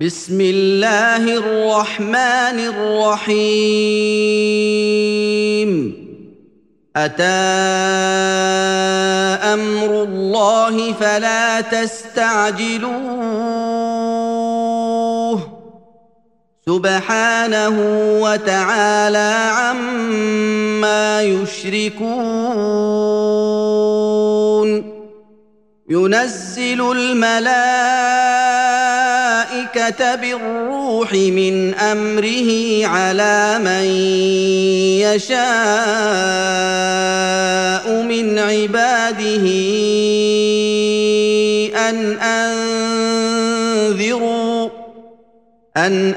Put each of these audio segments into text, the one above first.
بسم الله الرحمن الرحيم أتى أمر الله فلا تستعجلوه سبحانه وتعالى عما يشركون ينزل الملائكة بالروح من أمره على من يشاء من عباده أن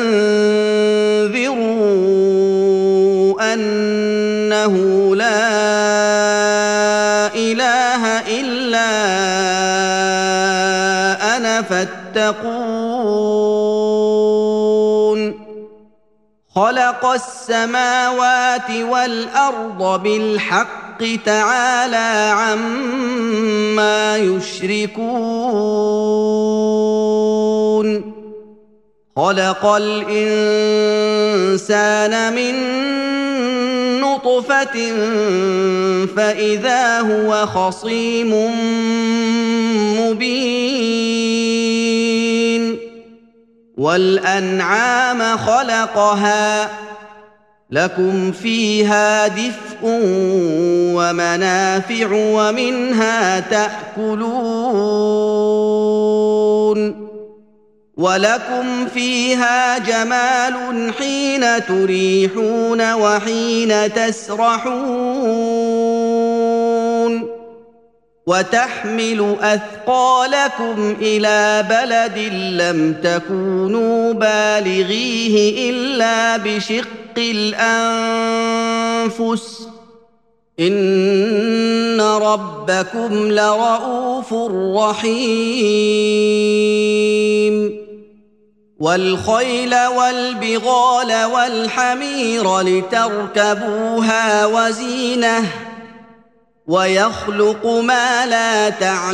أنذروا أنه لا إله إلا أنا فاتقون خلق السماوات والأرض بالحق تعالى عما يشركون خلق الإنسان من نطفة فإذا هو خصيم مبين والأنعام خلقها لكم فيها دفء ومنافع ومنها تأكلون ولكم فيها جمال حين تريحون وحين تسرحون وتحمل أثقالكم إلى بلد لم تكونوا بالغيه إلا بشق الأنفس إن ربكم لرءوف رحيم والخيل والبغال والحمير لتركبوها وزينة ويخلق ما لا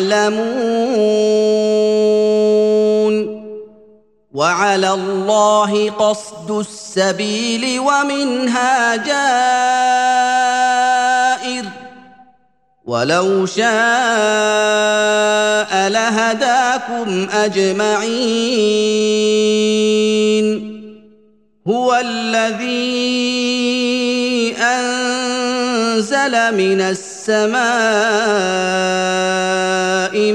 تعلمون وعلى الله قصد السبيل ومنها جائر ولو شاء لهداكم أجمعين هو الذي أنزل من السماء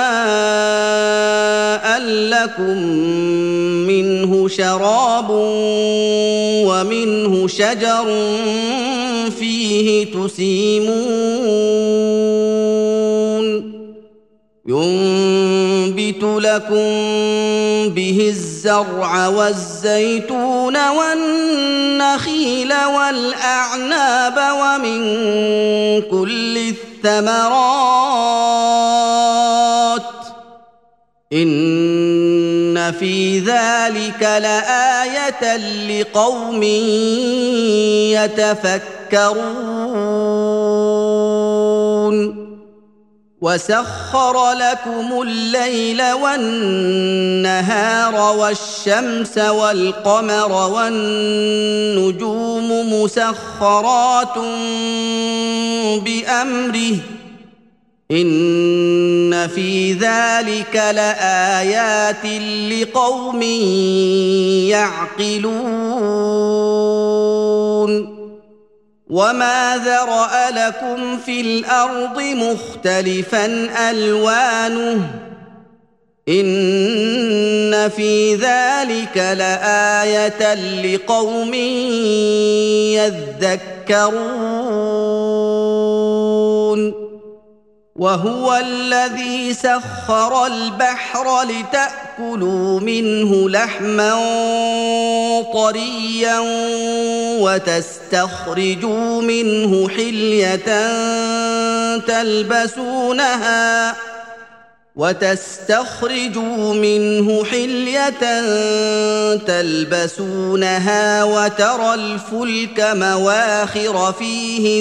ماء لكم منه شراب ومنه شجر فيه تسيمون ينبت لكم به الزرع والزيتون والنخيل والأعناب ومن كل الثمرات إن في ذلك لآية لقوم يتفكرون وسخر لكم الليل والنهار والشمس والقمر والنجوم مسخرات بأمره إن في ذلك لآيات لقوم يعقلون وما ذرأ لكم في الأرض مختلفا ألوانه إن في ذلك لآية لقوم يذكرون وهو الذي سخر البحر لتأكلوا منه لحما طريا وتستخرجوا منه حلية تلبسونها وترى الفلك مواخر فيه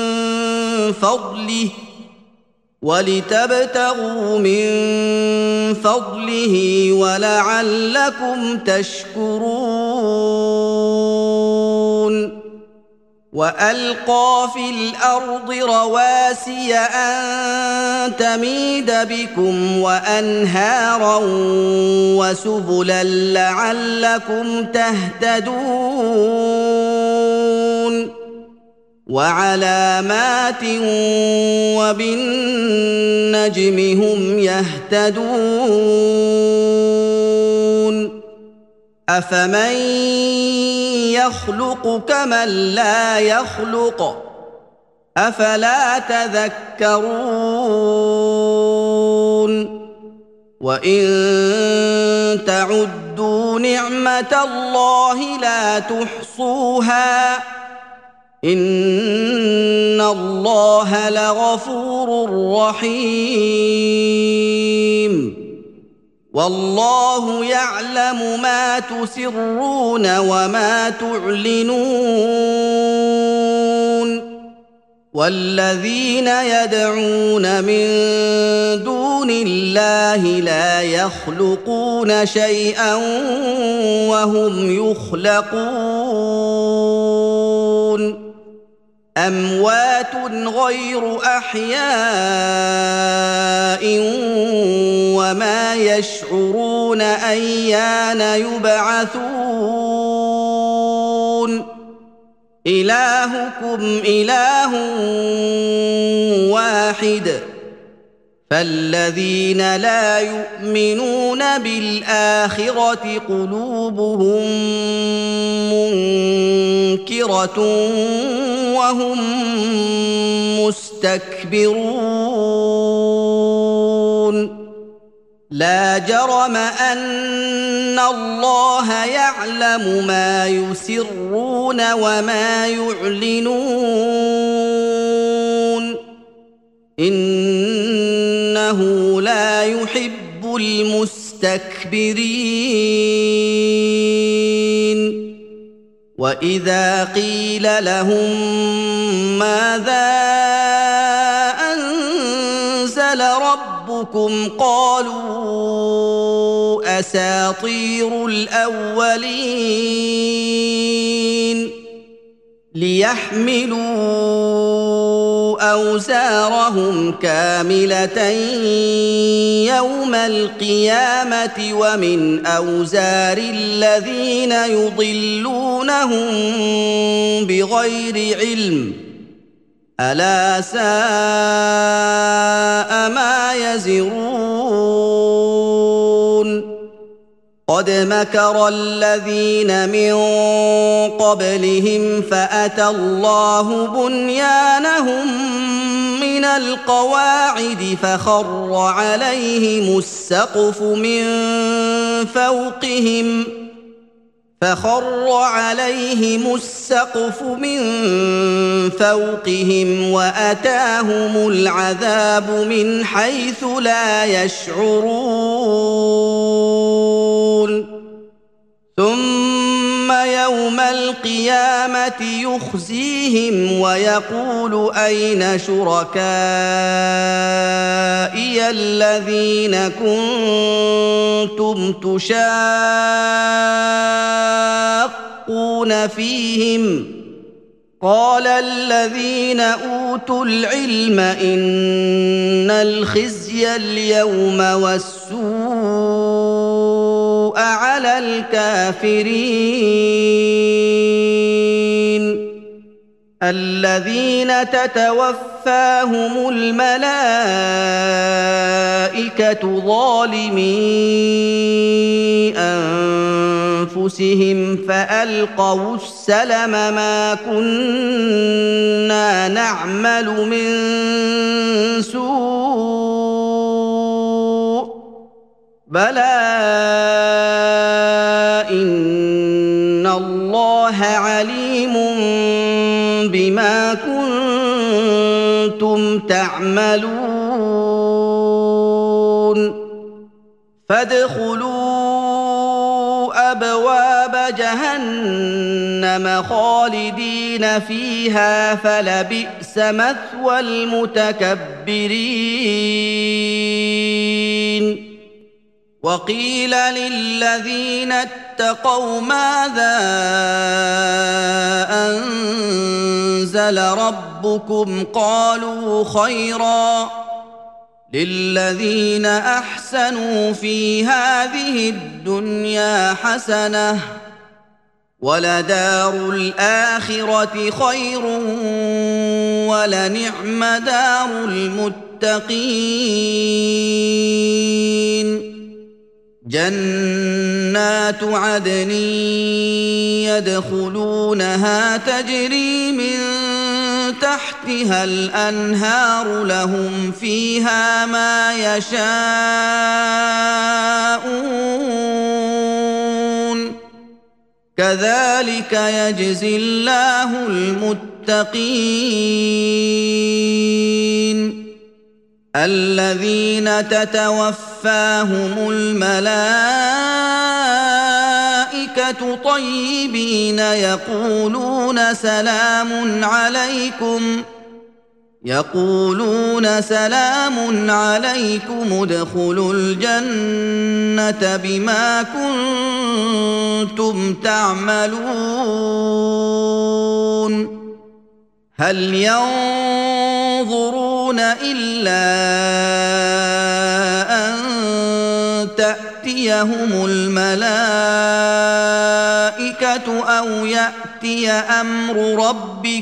ولتبتغوا من فضله ولعلكم تشكرون وألقى في الأرض رواسي أن تميد بكم وأنهارا وسبلا لعلكم تهتدون وعلامات وبالنجم هم يهتدون أفمن يخلق كمن لا يخلق أفلا تذكرون وإن تعدوا نعمة الله لا تحصوها إن الله لغفور رحيم والله يعلم ما تسرون وما تعلنون والذين يدعون من دون الله لا يخلقون شيئا وهم يخلقون أموات غير أحياء وما يشعرون أيان يبعثون إلهكم إله واحد فالذين لا يؤمنون بالآخرة قلوبهم منكرة وهم مستكبرون لا جرم أن الله يعلم ما يسرون وما يعلنون إنه لا يحب المستكبرين وإذا قيل لهم ماذا أنزل ربكم قالوا أساطير الأولين ليحملوا أوزارهم كاملة يوم القيامة ومن أوزار الذين يضلونهم بغير علم ألا ساء ما يزرون قد مكر الذين من قبلهم فأتى الله بنيانهم من القواعد فخر عليهم السقف من فوقهم وأتاهم العذاب من حيث لا يشعرون ثم يوم القيامة يخزيهم ويقول أين شركائي الذين كنتم تشاقون فيهم قال الذين أوتوا العلم إن الخزي اليوم والسوء على الكافرين الذين تتوفاهم الملائكة ظالمي أنفسهم فألقوا السلم ما كنا نعمل من سوء بلى إن الله عليم بما كنتم تعملون فادخلوا أبواب جهنم خالدين فيها فلبئس مثوى المتكبرين وقيل للذين اتقوا ماذا أنزل ربكم قالوا خيرا للذين أحسنوا في هذه الدنيا حسنة ولدار الآخرة خير ولنعم دار المتقين جنات عدن يدخلونها تجري من تحتها الأنهار لهم فيها ما يشاءون كذلك يجزي الله المتقين الذين تتوفاهم الملائكة طيبين يقولون سلام عليكم ادخلوا الجنة بما كنتم تعملون هل ينظرون إلا أن تأتيهم الملائكة أو يأتي أمر ربك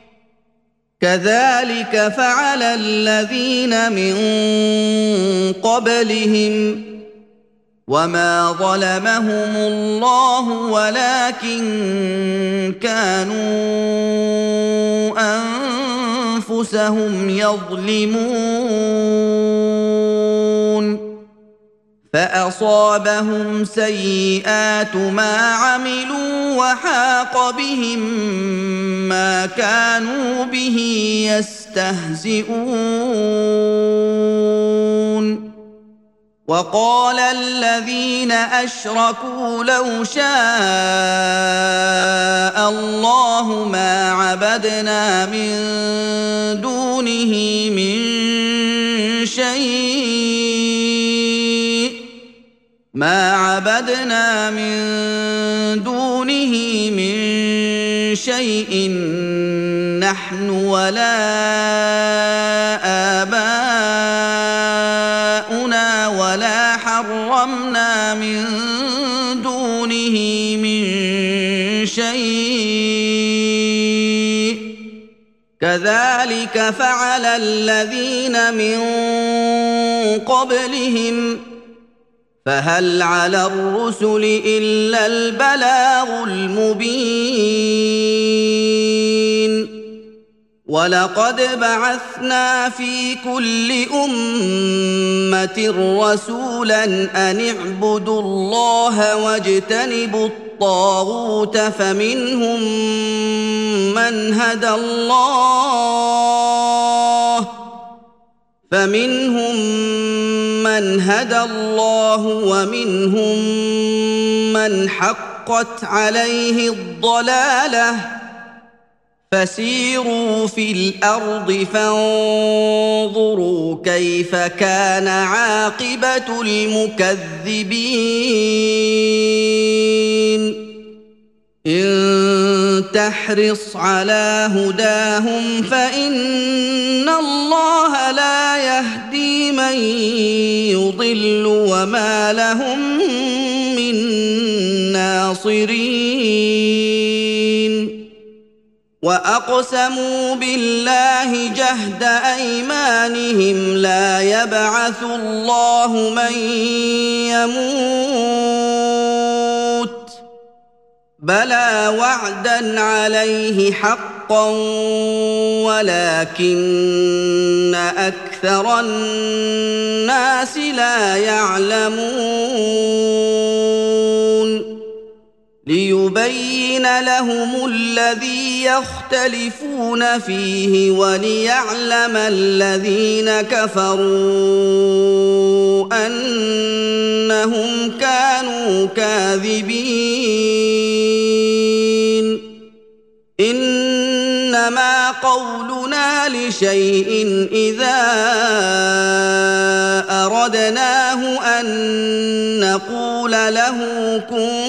كذلك فعل الذين من قبلهم وما ظلمهم الله ولكن كانوا أنفسهم يظلمون فأصابهم سيئات ما عملوا وحاق بهم ما كانوا به يستهزئون وقال الذين أشركوا لو شاء الله ما عبدنا من دونه من شيء نحن ولا آباؤنا ولا حرمنا من دونه من شيء كذلك فعل الذين من قبلهم فهل على الرسل إلا البلاغ المبين ولقد بعثنا في كل أمة رسولا أن اعبدوا الله واجتنبوا الطاغوت فمنهم من هدى الله ومنهم من حقت عليه الضلالة فسيروا في الأرض فانظروا كيف كان عاقبة المكذبين إن تحرص على هداهم فإن الله لا يهدي من يضل وما لهم من ناصرين وأقسموا بالله جهد أيمانهم لا يبعث الله من يموت بلى وعدا عليه حقا ولكن أكثر الناس لا يعلمون ليبين لهم الذي يختلفون فيه وليعلم الذين كفروا أنهم كانوا كاذبين إنما قولنا لشيء إذا أردناه أن نقول له كن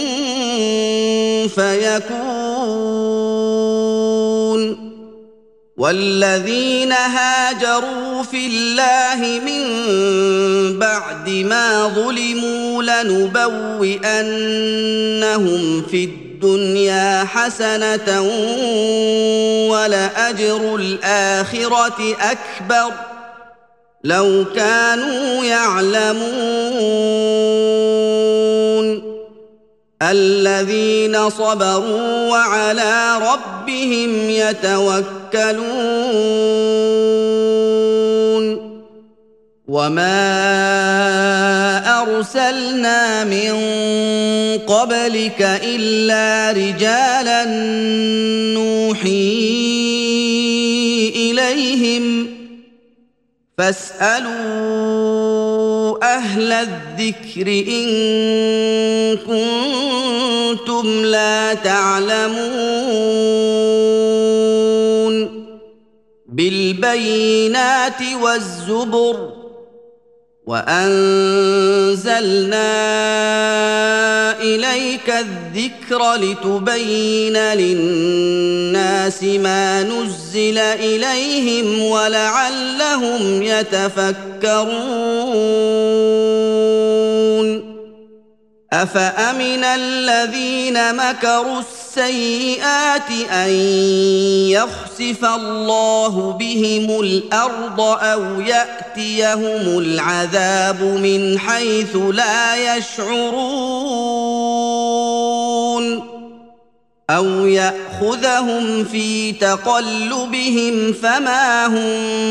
فيكون. والذين هاجروا في الله من بعد ما ظلموا لنبوئنهم في الدنيا حسنة ولأجر الآخرة أكبر لو كانوا يعلمون. الذين صبروا وعلى ربهم يتوكلون. وما أرسلنا من قبلك إلا رجالا نوحي إليهم فاسألوا أهل الذكر إن كنتم لا تعلمون. بالبينات والزبر وأنزلنا إليك الذكر لتبين للناس ما نزل إليهم ولعلهم يتفكرون. أفأمن الذين مكروا السيئات أن يخسف الله بهم الأرض أو يأتيهم العذاب من حيث لا يشعرون أو يأخذهم في تقلبهم فما هم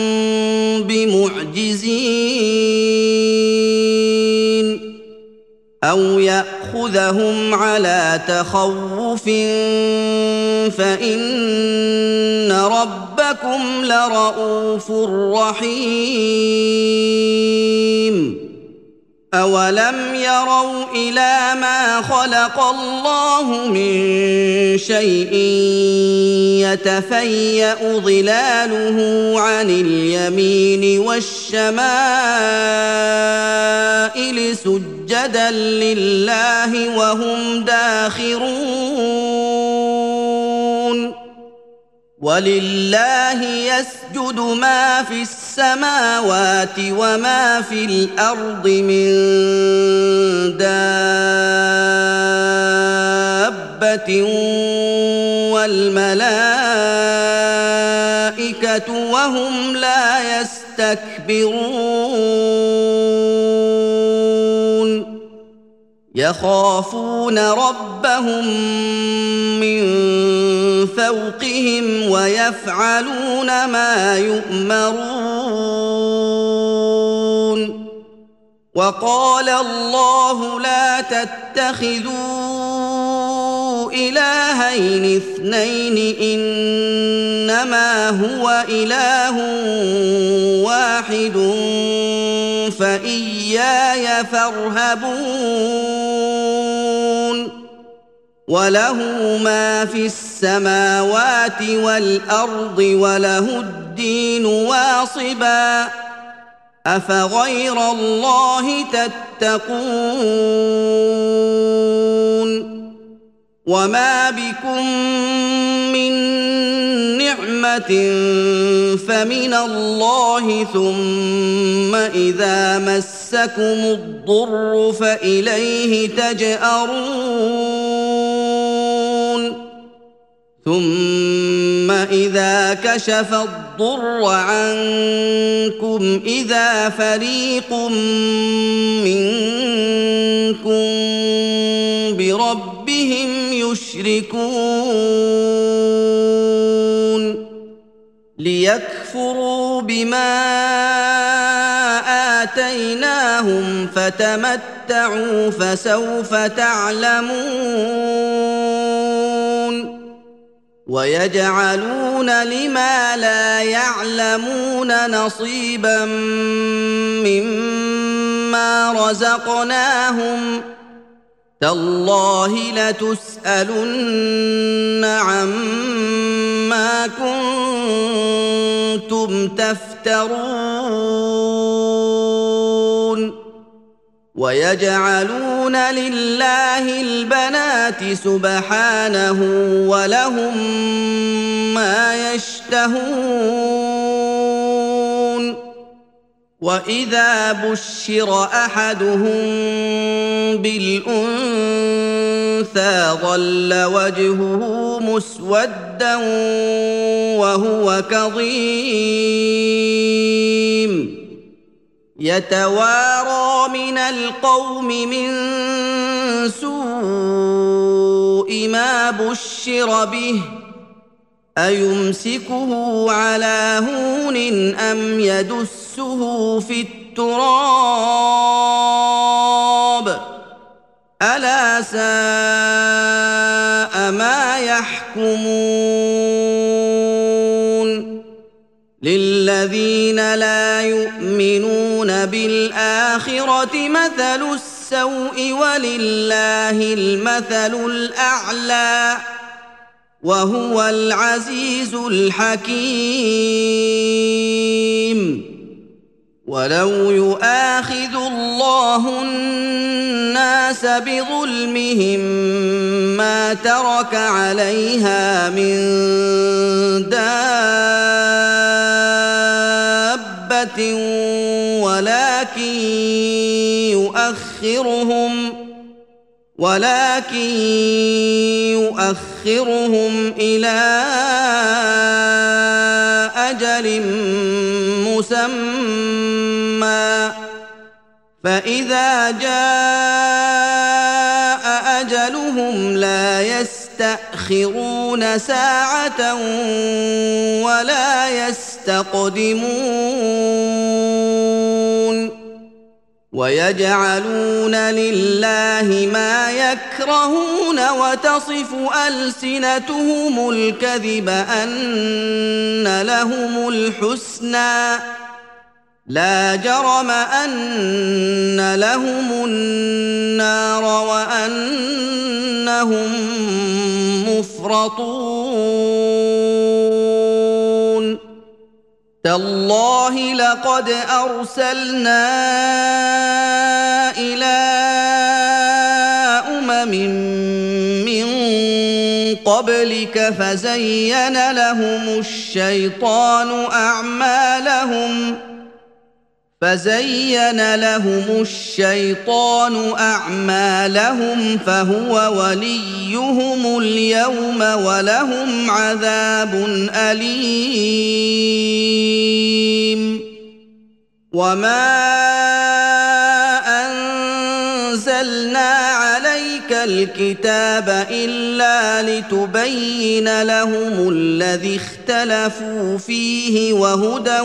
بمعجزين أو يأخذهم على تخوف فإن ربكم لرءوف رحيم. أولم يروا إلى ما خلق الله من شيء يتفيأ ظلاله عن اليمين والشمائل سجدا لله وهم داخرون. ولله يسجد ما في السماوات وما في الأرض من دابة والملائكة وهم لا يستكبرون. يخافون ربهم من فوقهم ويفعلون ما يؤمرون. وقال الله لا تتخذوا إلهين اثنين إنما هو إله واحد فإياي فارهبون. وله ما في السماوات والأرض وله الدين واصبا أفغير الله تتقون. وما بكم من نعمة فمن الله ثم إذا مسكم الضر فإليه تجأرون. ثم إذا كشف الضر عنكم إذا فريق منكم بربهم يشركون. ليكفروا بما آتيناهم فتمتعوا فسوف تعلمون. ويجعلون لما لا يعلمون نصيبا مما رزقناهم تالله لتسألن عما كنتم تفترون. ويجعلون لله البنات سبحانه ولهم ما يشتهون واذا بشر احدهم بالانثى ظل وجهه مسودا وهو كظيم يتوارى من القوم من سوء ما بشر به أيمسكه على هون أم يدسه في التراب ألا ساء ما يحكمون للذين لا يؤمنون بالآخرة مثل السوء ولله المثل الأعلى وهو العزيز الحكيم ولو يؤاخذ الله الناس بظلمهم ما ترك عليها من دابة ولكن يؤخرهم إلى أجل مسمى فإذا جاء أجلهم لا يستأخرون ساعة ولا يستقدمون ويجعلون لله ما يكرهون وتصف ألسنتهم الكذب أن لهم الحسنى لا جرم أن لهم النار وأنهم مفرطون تالله لقد أرسلنا إلى أمم من قبلك فزين لهم الشيطان أعمالهم فهو وليهم اليوم ولهم عذاب أليم وما أنزلنا عليك الكتاب إلا لتبين لهم الذي اختلفوا فيه وهدى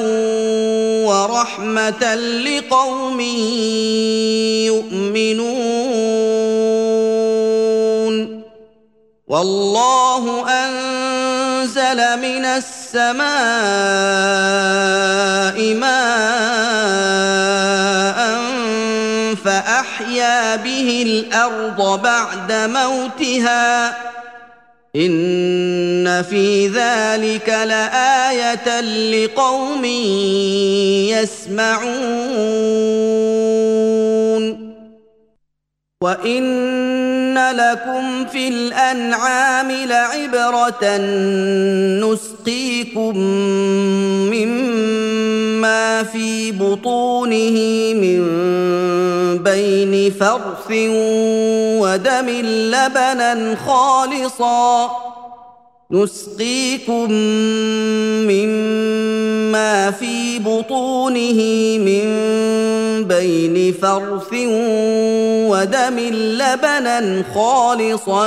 ورحمة لقوم يؤمنون والله أنزل من السماء ماء فأحيا به الأرض بعد موتها إن في ذلك لآية لقوم يسمعون وإن لكم في الأنعام لعبرة نسقيكم مما في بطونه من بين فرث ودم لبنا خالصا نسقيكم مما في بطونه من بين فرث ودم لبنا خالصا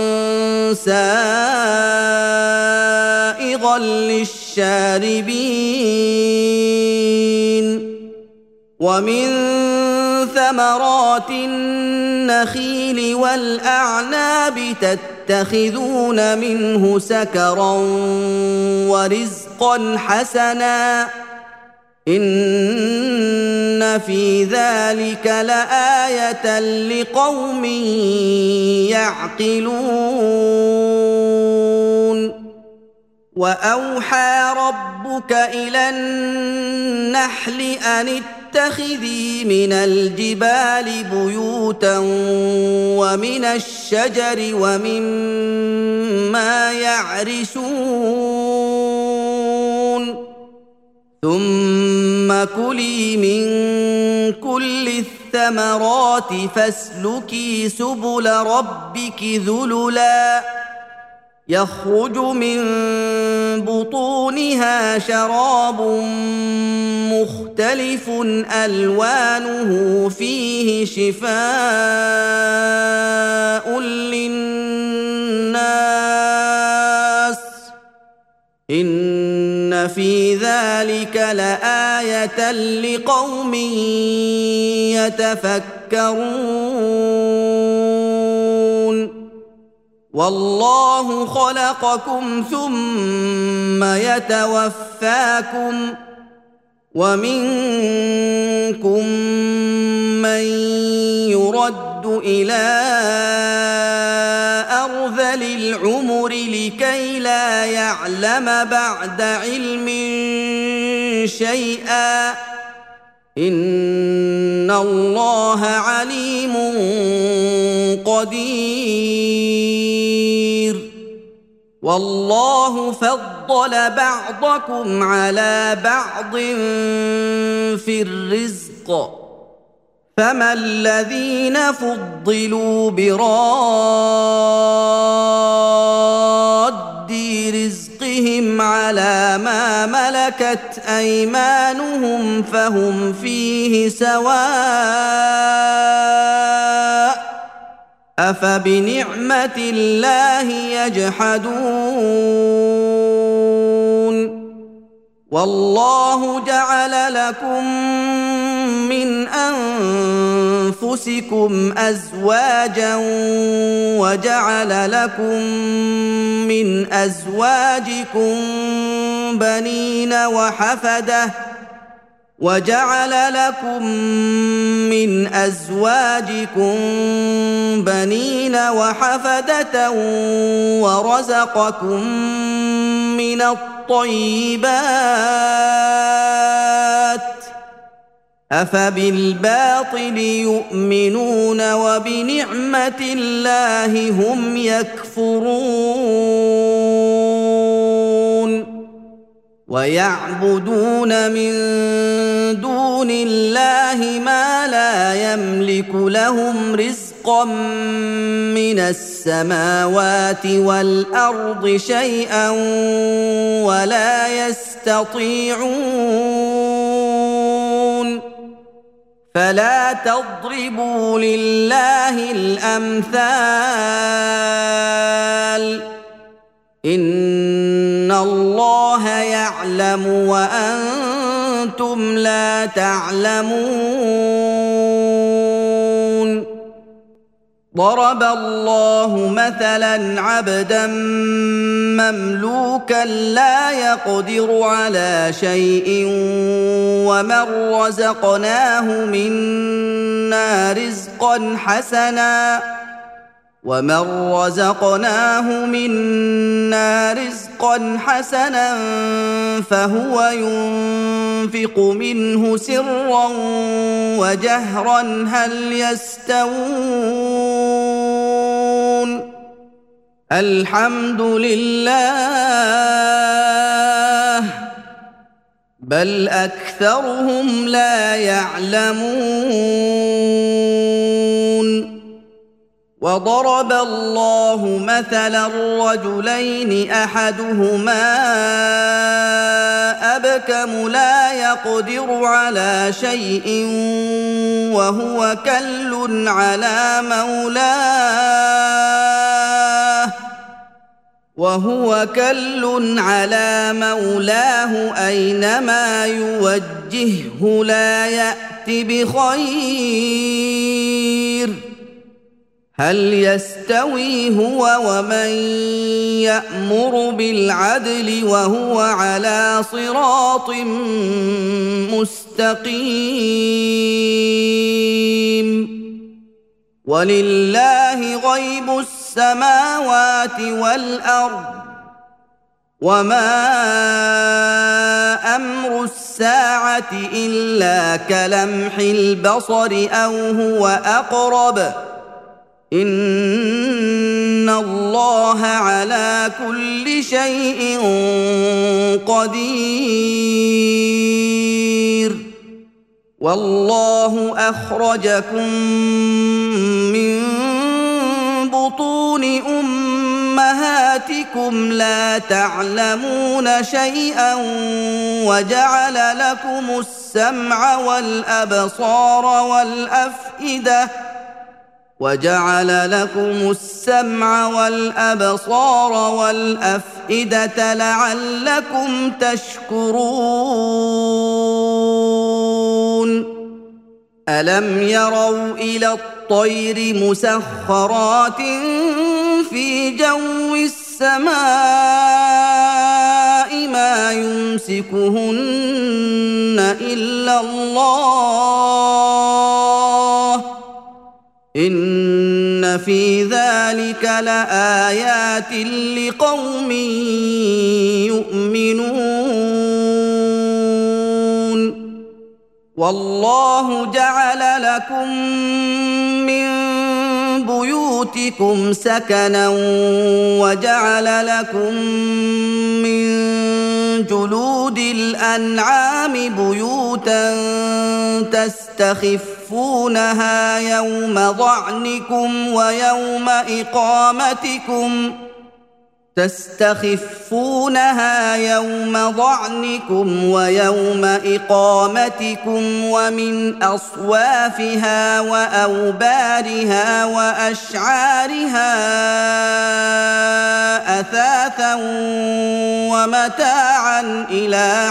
سائغا للشاربين ومن ثمرات النخيل والأعناب تتخذون منه سكرا ورزقا حسنا إن في ذلك لآية لقوم يعقلون وأوحى ربك إلى النحل أن تتخذي من الجبال بيوتا ومن الشجر ومما يعرشون ثم كلي من كل الثمرات فاسلكي سبل ربك ذللا يخرج من بطونها شراب مختلف ألوانه فيه شفاء للناس إن في ذلك لآية لقوم يتفكرون والله خلقكم ثم يتوفاكم ومنكم من يرد إلى أرذل العمر لكي لا يعلم بعد علم شيئا إن الله عليم قدير والله فضل بعضكم على بعض في الرزق فما الذين فضلوا براد رزقهم على ما ملكت أيمانهم فهم فيه سواء أفبنعمة الله يجحدون والله جعل لكم من أنفسكم أزواجا وجعل لكم من أزواجكم بنين وحفدة وجعل لكم من أزواجكم بنين وحفدة ورزقكم من الطيبات أفبالباطل يؤمنون وبنعمة الله هم يكفرون ويعبدون من دون الله ما لا يملك لهم رزقا من السماوات والأرض شيئا ولا يستطيعون فلا تضربوا لله الأمثال إن الله يعلم وأنتم لا تعلمون ضرب الله مثلا عبدا مملوكا لا يقدر على شيء ومن رزقناه منا رزقا حسنا فهو ينفق منه سرا وجهرا هل يستوون الحمد لله بل أكثرهم لا يعلمون وضرب الله مثلا رجلين أحدهما أبكم لا يقدر على شيء وهو كل على مولاه أينما يوجهه لا يأت بخير هل يستوي هو ومن يأمر بالعدل وهو على صراط مستقيم ولله غيب السماوات والأرض وما امر الساعه الا كلمح البصر او هو اقرب ان الله على كل شيء قدير والله اخرجكم من بطون امهاتكم لا تعلمون شيئا وجعل لكم السمع والابصار والافئده لعلكم تشكرون الم يروا الى الطير مسخرات في جو السماء ما يمسكهن الا الله ان في ذلك لايات لقوم يؤمنون والله جعل لكم من بيوتكم سكنا وجعل لكم من جلود الأنعام بيوتا تستخفونها يوم ضعنكم ويوم إقامتكم ومن أصوافها وأوبارها وأشعارها أثاثا ومتاعا إلى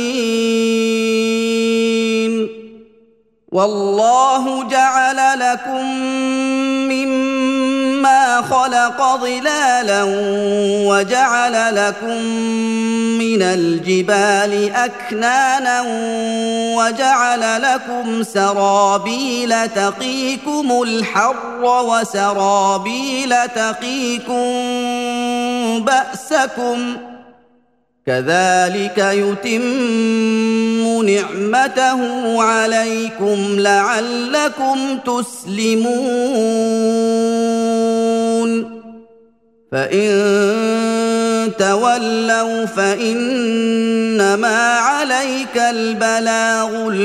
حين والله جعل لكم مما خلق ظلالا وجعل لكم من الجبال أكنانا وجعل لكم سرابيل تقيكم الحر وسرابيل تقيكم بأسكم كذلك يتم نعمته عليكم لعلكم تسلمون فإن تولوا فإنما عليك البلاغ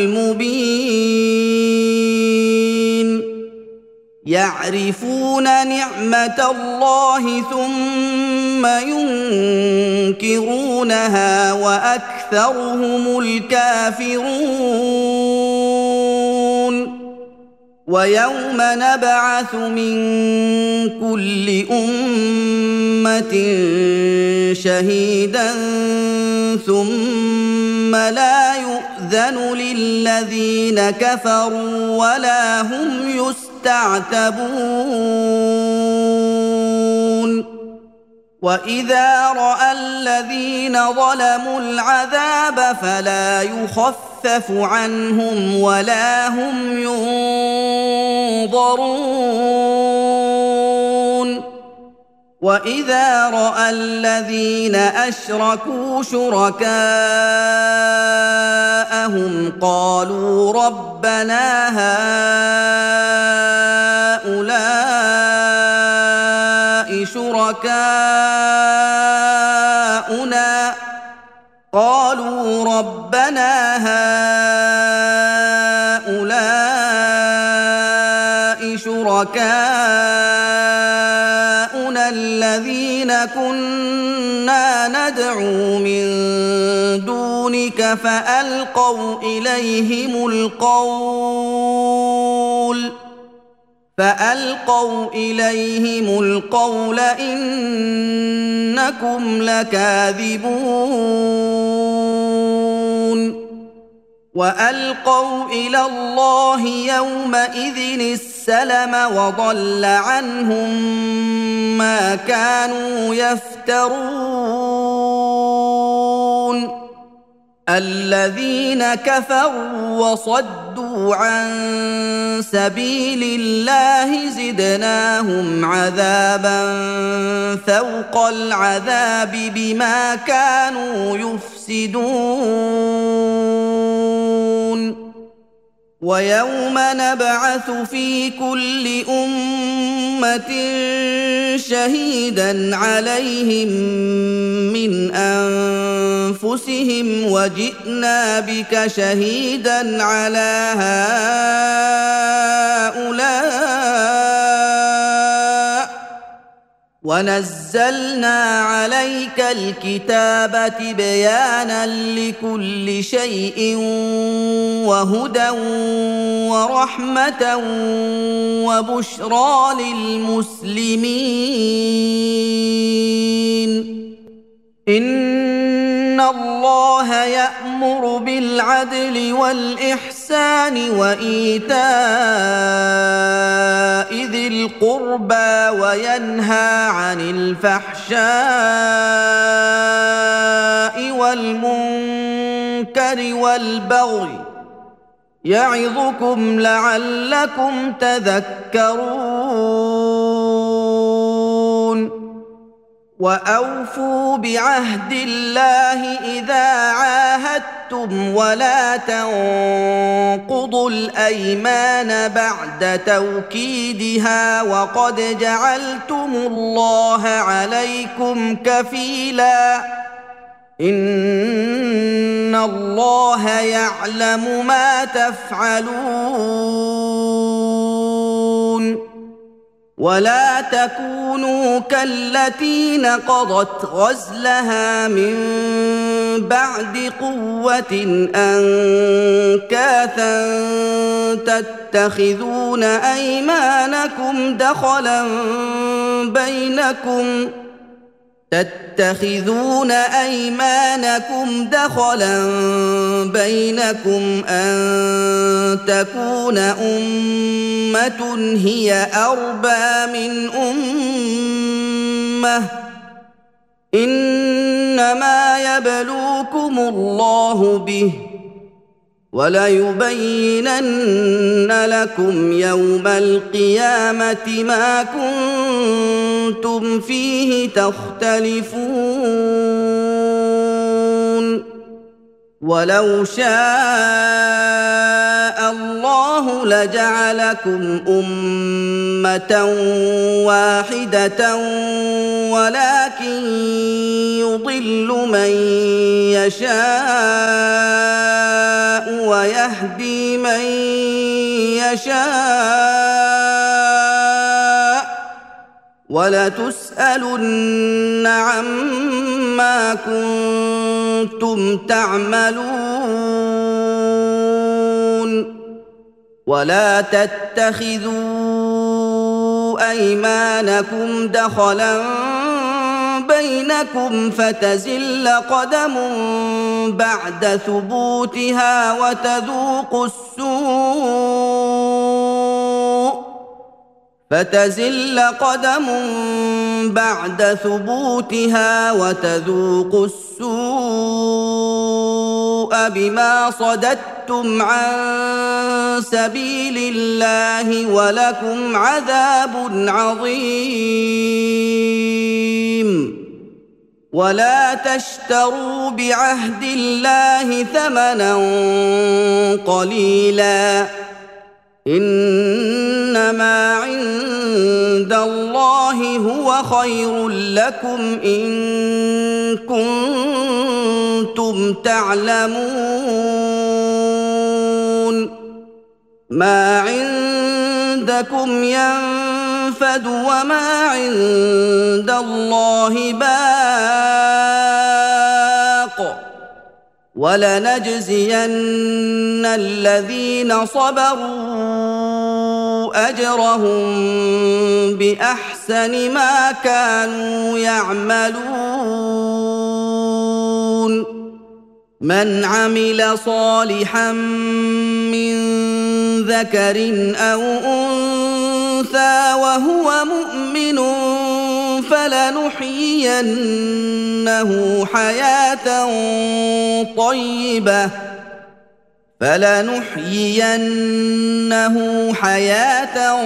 المبين يعرفون نعمة الله ثم ينكرونها وأكثرهم الكافرون ويوم نبعث من كل أمة شهيدا ثم لا يؤذن للذين كفروا ولا هم يستعتبون وإذا رأى الذين ظلموا العذاب فلا يخفف عنهم ولا هم ينظرون وإذا رأى الذين أشركوا شركاءهم قالوا ربنا هؤلاء شركاؤنا الذين كنا ندعو من دونك فألقوا إليهم القول إنكم لكاذبون وألقوا إلى الله يومئذ السلم وضل عنهم ما كانوا يفترون الذين كفروا وصدوا عن سبيل الله الله زدناهم عذابا فوق العذاب بما كانوا يفسدون ويوم نبعث في كل أمة شهيدا عليهم من أنفسهم وجئنا بك شهيدا على هؤلاء ونزلنا عليك الكتاب تبيانا لكل شيء وهدى ورحمة وبشرى للمسلمين إن الله يأمر بالعدل والإحسان وإيتاء ذي القربى وينهى عن الفحشاء والمنكر والبغي يعظكم لعلكم تذكرون وأوفوا بعهد الله إذا عاهدتم ولا تنقضوا الأيمان بعد توكيدها وقد جعلتم الله عليكم كفيلا إن الله يعلم ما تفعلون ولا تكونوا كالتي نقضت غزلها من بعد قوة أنكاثا تتخذون أيمانكم دخلا بينكم أن تكون أمة هي أربى من أمة إنما يبلوكم الله به وليبينن لكم يوم القيامة ما كنتم فيه تختلفون ولو شاء الله لجعلكم أمة واحدة ولكن يضل من يشاء ويهدي من يشاء ولتسألن عما كنتم تعملون ولا تتخذوا أيمانكم دخلا بينكم فتزل قدم بعد ثبوتها وتذوقوا السوء بما صددتم عن سبيل الله ولكم عذاب عظيم ولا تشتروا بعهد الله ثمنا قليلا إنما عند الله هو خير لكم إن كنتم تعلمون ما عندكم ينفد وما عند الله باق ولنجزين الذين صبروا أجرهم بأحسن ما كانوا يعملون من عمل صالحا من ذكر أو أنثى وهو مؤمن فلنحيينه حياة فلنحيينه حياة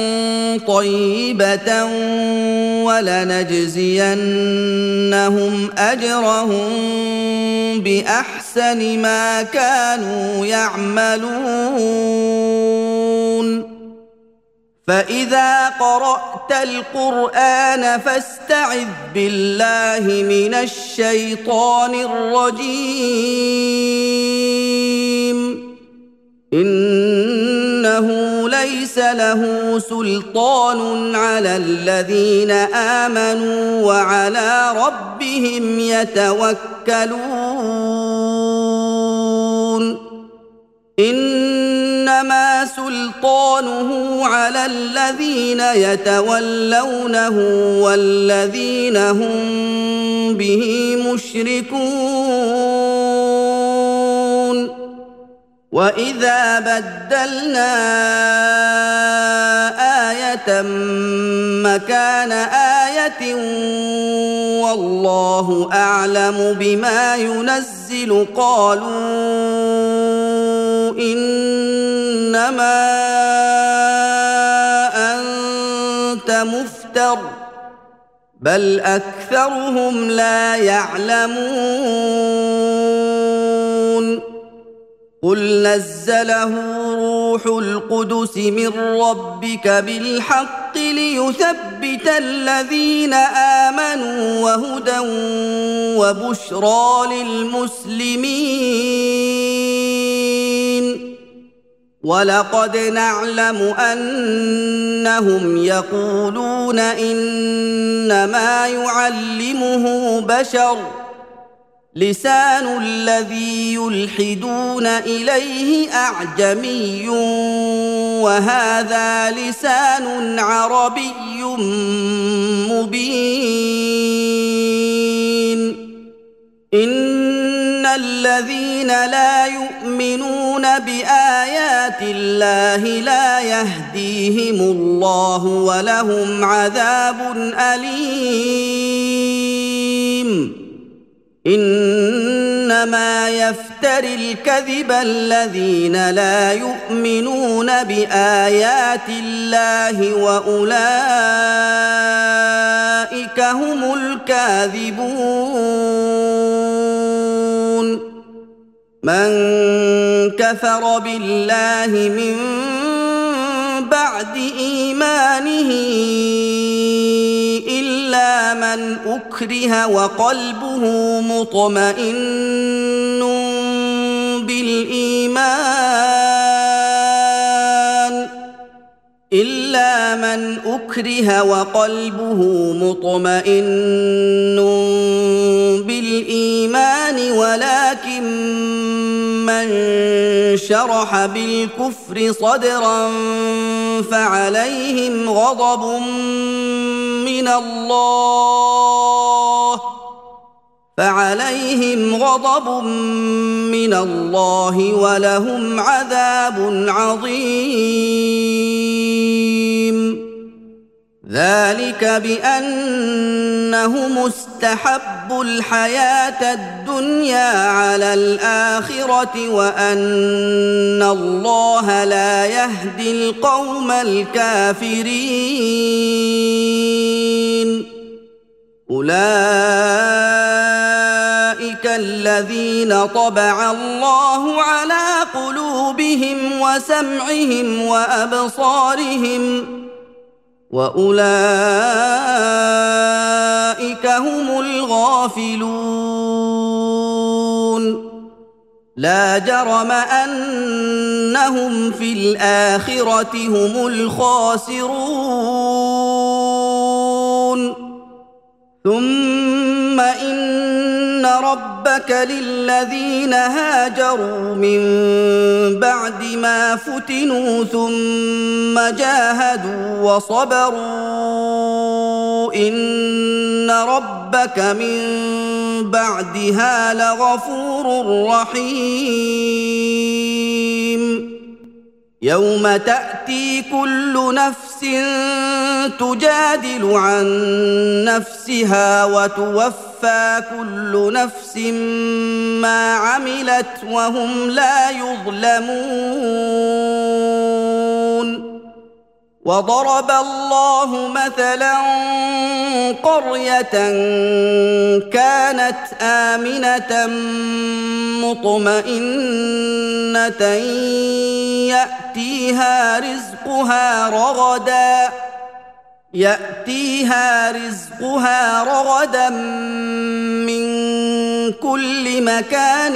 طيبة ولنجزينهم أجرهم بأحسن ما كانوا يعملون فإذا قرأت القرآن فاستعذ بالله من الشيطان الرجيم إنه ليس له سلطان على الذين آمنوا وعلى ربهم يتوكلون إنما سلطانه على الذين يتولونه والذين هم به مشركون وإذا بدلنا آية مكان آية والله أعلم بما ينزل قالوا إنما أنت مفتر بل أكثرهم لا يعلمون قل نزله روح القدس من ربك بالحق ليثبت الذين آمنوا وهدى وبشرى للمسلمين ولقد نعلم أنهم يقولون إنما يعلمه بشر لسان الذي يلحدون إليه أعجمي وهذا لسان عربي مبين إن الذين لا يؤمنون بآيات الله لا يهديهم الله ولهم عذاب أليم إنما يفتري الكذب الذين لا يؤمنون بآيات الله وأولئك هم الكاذبون من كفر بالله من بعد إيمانه إلا من أكره وقلبه مطمئن بالإيمان ولكن من شرح بالكفر صدرا فعليهم غضب من الله ولهم عذاب عظيم ذلك بأنهم استحبوا الحياة الدنيا على الآخرة وأن الله لا يهدي القوم الكافرين أولئك الذين طبع الله على قلوبهم وسمعهم وأبصارهم وأولئك هم الغافلون لا جرم أنهم في الآخرة هم الخاسرون ثم إن ربك للذين هاجروا من بعد ما فتنوا ثم جاهدوا وصبروا إن ربك من بعدها لغفور رحيم يوم تأتي كل نفس تجادل عن نفسها وتوفى كل نفس ما عملت وهم لا يظلمون وضرب الله مثلا قرية كانت آمنة مطمئنة يأتيها رزقها رغدا من كل مكان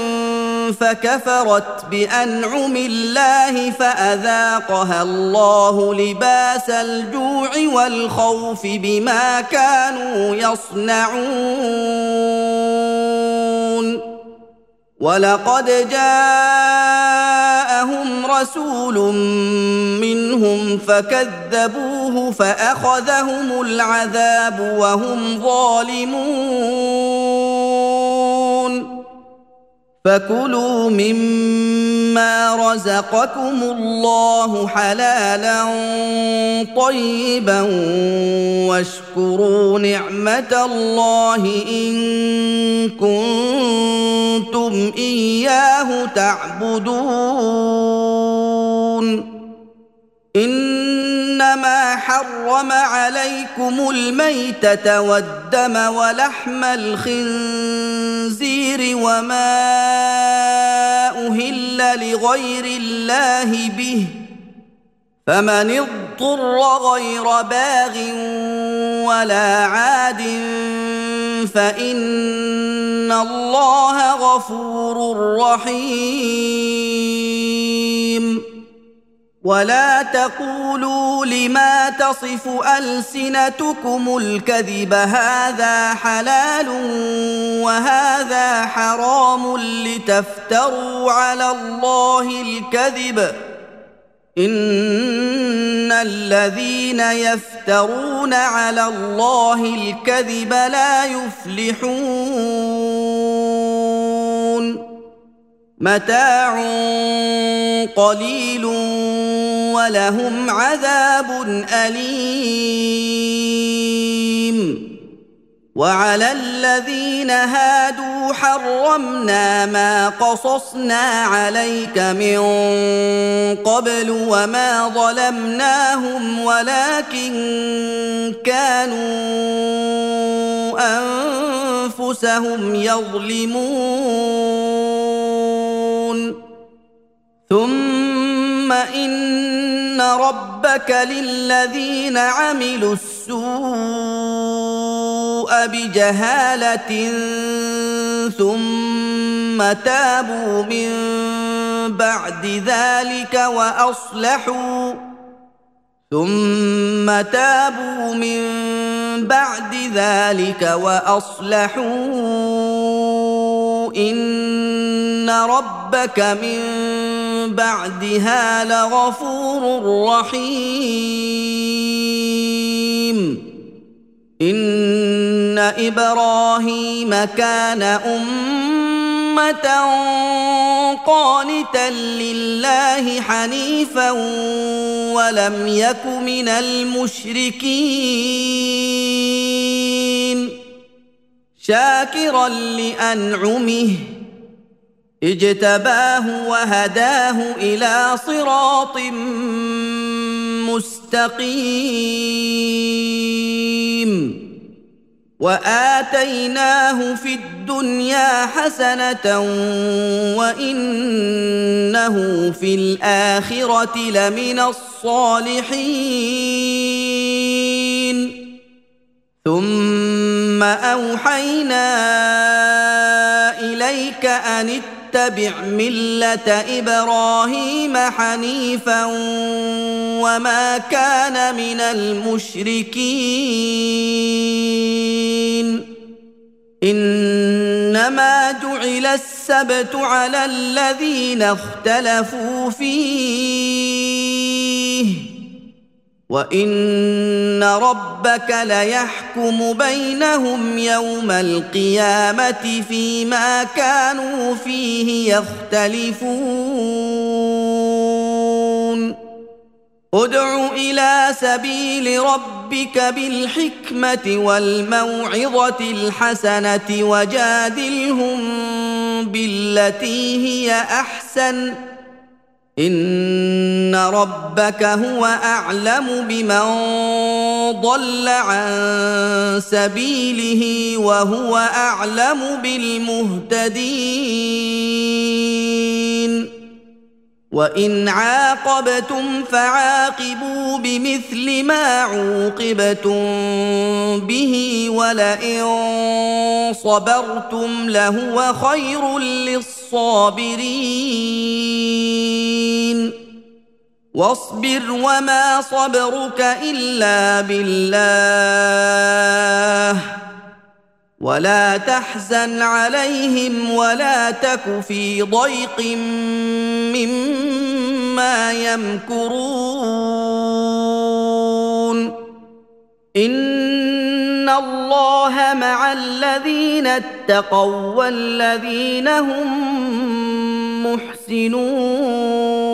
فكفرت بأنعم الله فأذاقها الله لباس الجوع والخوف بما كانوا يصنعون ولقد جاءهم رسول منهم فكذبوه فأخذهم العذاب وهم ظالمون فكلوا مما رزقكم الله حلالا طيبا واشكروا نعمة الله إن كنتم إياه تعبدون إنما حرم عليكم الميتة والدم ولحم الخنزير وما أهل لغير الله به فمن اضطر غير باغ ولا عاد فإن الله غفور رحيم ولا تقولوا لما تصف ألسنتكم الكذب هذا حلال وهذا حرام لتفتروا على الله الكذب إن الذين يفترون على الله الكذب لا يفلحون متاع قليل ولهم عذاب أليم وعلى الذين هادوا حرمنا ما قصصنا عليك من قبل وما ظلمناهم ولكن كانوا أنفسهم يظلمون ثم إن ربك للذين عملوا السوء بجهالة ثم تابوا من بعد ذلك وأصلحوا إن ربك من بعدها لغفور رحيم إن إبراهيم كان أمة قانتا لله حنيفا ولم يك من المشركين شاكرا لأنعمه اجتباه وهداه إلى صراط مستقيم وآتيناه في الدنيا حسنة وإنه في الآخرة لمن الصالحين ثم أوحينا إليك أن اتبع ملة إبراهيم حنيفا وما كان من المشركين إنما جعل السبت على الذين اختلفوا فيه وإن ربك ليحكم بينهم يوم القيامة فيما كانوا فيه يختلفون ادع إلى سبيل ربك بالحكمة والموعظة الحسنة وجادلهم بالتي هي أحسن إن ربك هو أعلم بمن ضل عن سبيله وهو أعلم بالمهتدين وإن عاقبتم فعاقبوا بمثل ما عوقبتم به ولئن صبرتم لهو خير للصابرين واصبر وما صبرك إلا بالله ولا تحزن عليهم ولا تك في ضيق مما يمكرون إن الله مع الذين اتقوا والذين هم محسنون